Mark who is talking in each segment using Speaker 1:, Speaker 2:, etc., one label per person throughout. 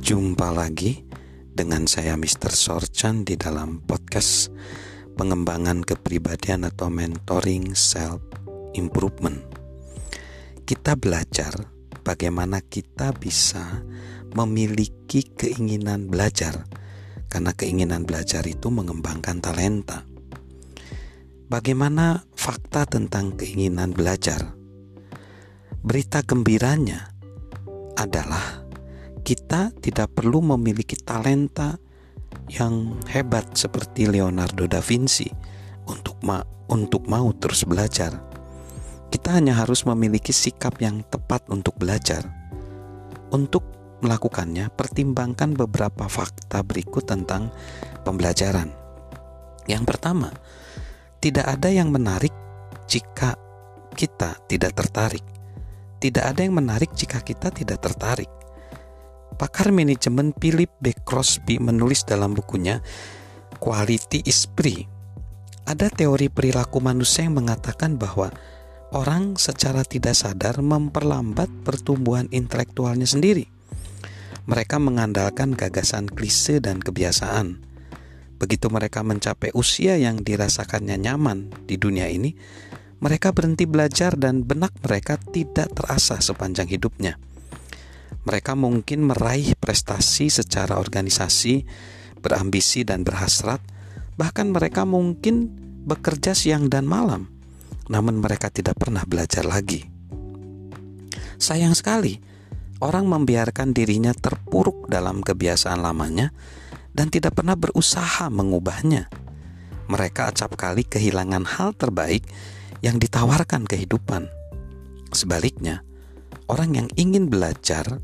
Speaker 1: Jumpa lagi dengan saya Mr. Sorchan di dalam podcast pengembangan kepribadian atau mentoring self improvement. Kita belajar bagaimana kita bisa memiliki keinginan belajar, karena keinginan belajar itu mengembangkan talenta. Bagaimana fakta tentang keinginan belajar? Berita gembiranya adalah kita tidak perlu memiliki talenta yang hebat seperti Leonardo da Vinci untuk mau terus belajar. Kita hanya harus memiliki sikap yang tepat untuk belajar. Untuk melakukannya, pertimbangkan beberapa fakta berikut tentang pembelajaran. Yang pertama, tidak ada yang menarik jika kita tidak tertarik. Tidak ada yang menarik jika kita tidak tertarik. Pakar manajemen Philip B. Crosby menulis dalam bukunya Quality is Free. Ada teori perilaku manusia yang mengatakan bahwa orang secara tidak sadar memperlambat pertumbuhan intelektualnya sendiri. Mereka mengandalkan gagasan klise dan kebiasaan. Begitu mereka mencapai usia yang dirasakannya nyaman di dunia ini, mereka berhenti belajar dan benak mereka tidak terasah sepanjang hidupnya. Mereka mungkin meraih prestasi secara organisasi, berambisi dan berhasrat, bahkan mereka mungkin bekerja siang dan malam, namun mereka tidak pernah belajar lagi. Sayang sekali, orang membiarkan dirinya terpuruk dalam kebiasaan lamanya dan tidak pernah berusaha mengubahnya. Mereka acap kali kehilangan hal terbaik yang ditawarkan kehidupan. Sebaliknya, orang yang ingin belajar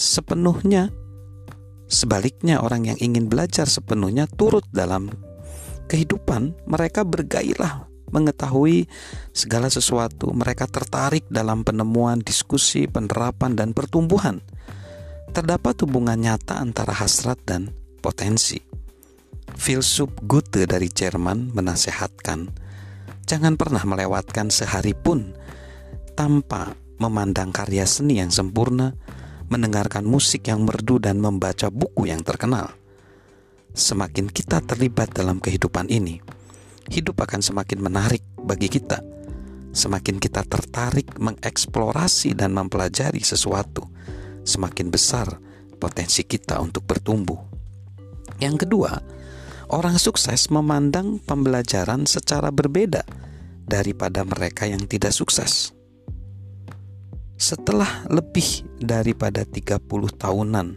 Speaker 1: orang yang ingin belajar sepenuhnya turut dalam kehidupan, mereka bergairah mengetahui segala sesuatu. Mereka tertarik dalam penemuan, diskusi, penerapan, dan pertumbuhan. Terdapat hubungan nyata antara hasrat dan potensi. Filsuf Goethe dari Jerman menasehatkan, jangan pernah melewatkan sehari pun tanpa memandang karya seni yang sempurna, mendengarkan musik yang merdu, dan membaca buku yang terkenal. Semakin kita terlibat dalam kehidupan ini, hidup akan semakin menarik bagi kita. Semakin kita tertarik mengeksplorasi dan mempelajari sesuatu, semakin besar potensi kita untuk bertumbuh. Yang kedua, orang sukses memandang pembelajaran secara berbeda daripada mereka yang tidak sukses. Setelah lebih daripada 30 tahunan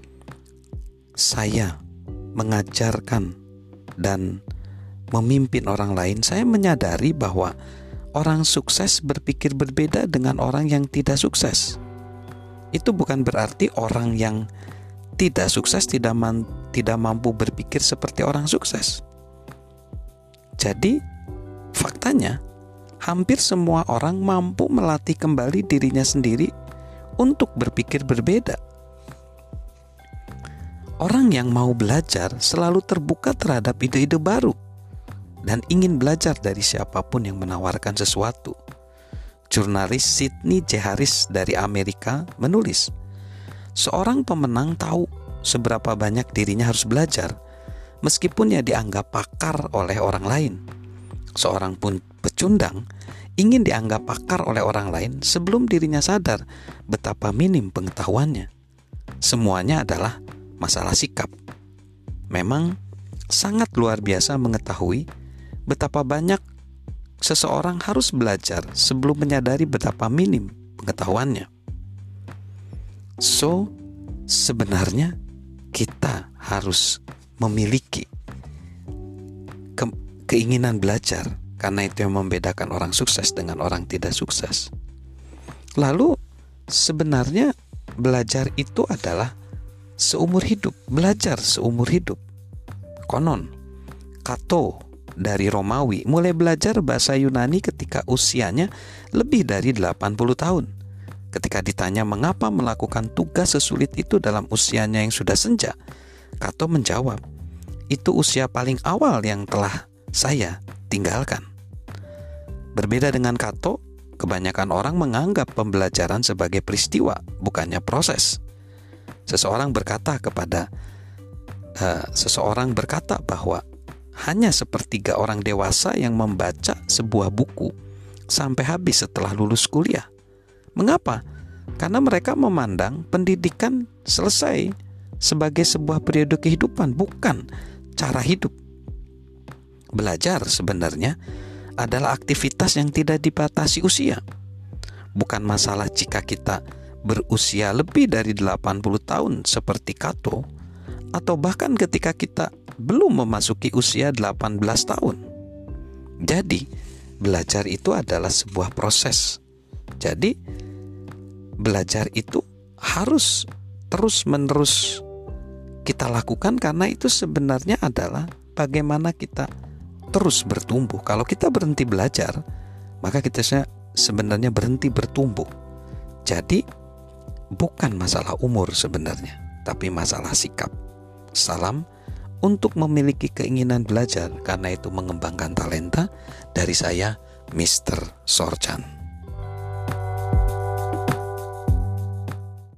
Speaker 1: saya mengajarkan dan memimpin orang lain, saya menyadari bahwa orang sukses berpikir berbeda dengan orang yang tidak sukses. Itu bukan berarti orang yang tidak sukses tidak mampu berpikir seperti orang sukses. Jadi, faktanya hampir semua orang mampu melatih kembali dirinya sendiri untuk berpikir berbeda. Orang yang mau belajar selalu terbuka terhadap ide-ide baru dan ingin belajar dari siapapun yang menawarkan sesuatu. Jurnalis Sidney J. Harris dari Amerika menulis, seorang pemenang tahu seberapa banyak dirinya harus belajar, meskipun ia dianggap pakar oleh orang lain. Seorang pun pecundang ingin dianggap pakar oleh orang lain sebelum dirinya sadar betapa minim pengetahuannya. Semuanya adalah masalah sikap. Memang sangat luar biasa mengetahui betapa banyak seseorang harus belajar sebelum menyadari betapa minim pengetahuannya. So, sebenarnya kita harus memiliki keinginan belajar, karena itu yang membedakan orang sukses dengan orang tidak sukses. Lalu sebenarnya belajar itu adalah seumur hidup, belajar seumur hidup. Konon Cato dari Romawi mulai belajar bahasa Yunani ketika usianya lebih dari 80 tahun. Ketika ditanya mengapa melakukan tugas sesulit itu dalam usianya yang sudah senja, Cato menjawab, itu usia paling awal yang telah saya tinggalkan. Berbeda dengan Cato, kebanyakan orang menganggap pembelajaran sebagai peristiwa, bukannya proses. Seseorang berkata bahwa hanya sepertiga orang dewasa yang membaca sebuah buku sampai habis setelah lulus kuliah. Mengapa? Karena mereka memandang pendidikan selesai sebagai sebuah periode kehidupan, bukan cara hidup. Belajar sebenarnya adalah aktivitas yang tidak dibatasi usia. Bukan masalah jika kita berusia lebih dari 80 tahun seperti Cato, atau bahkan ketika kita belum memasuki usia 18 tahun. Jadi, belajar itu adalah sebuah proses. Jadi, belajar itu harus terus-menerus kita lakukan, karena itu sebenarnya adalah bagaimana kita terus bertumbuh. Kalau kita berhenti belajar, maka kita sebenarnya berhenti bertumbuh. Jadi bukan masalah umur sebenarnya, tapi masalah sikap. Salam untuk memiliki keinginan belajar, karena itu mengembangkan talenta. Dari saya, Mr. Sorchan.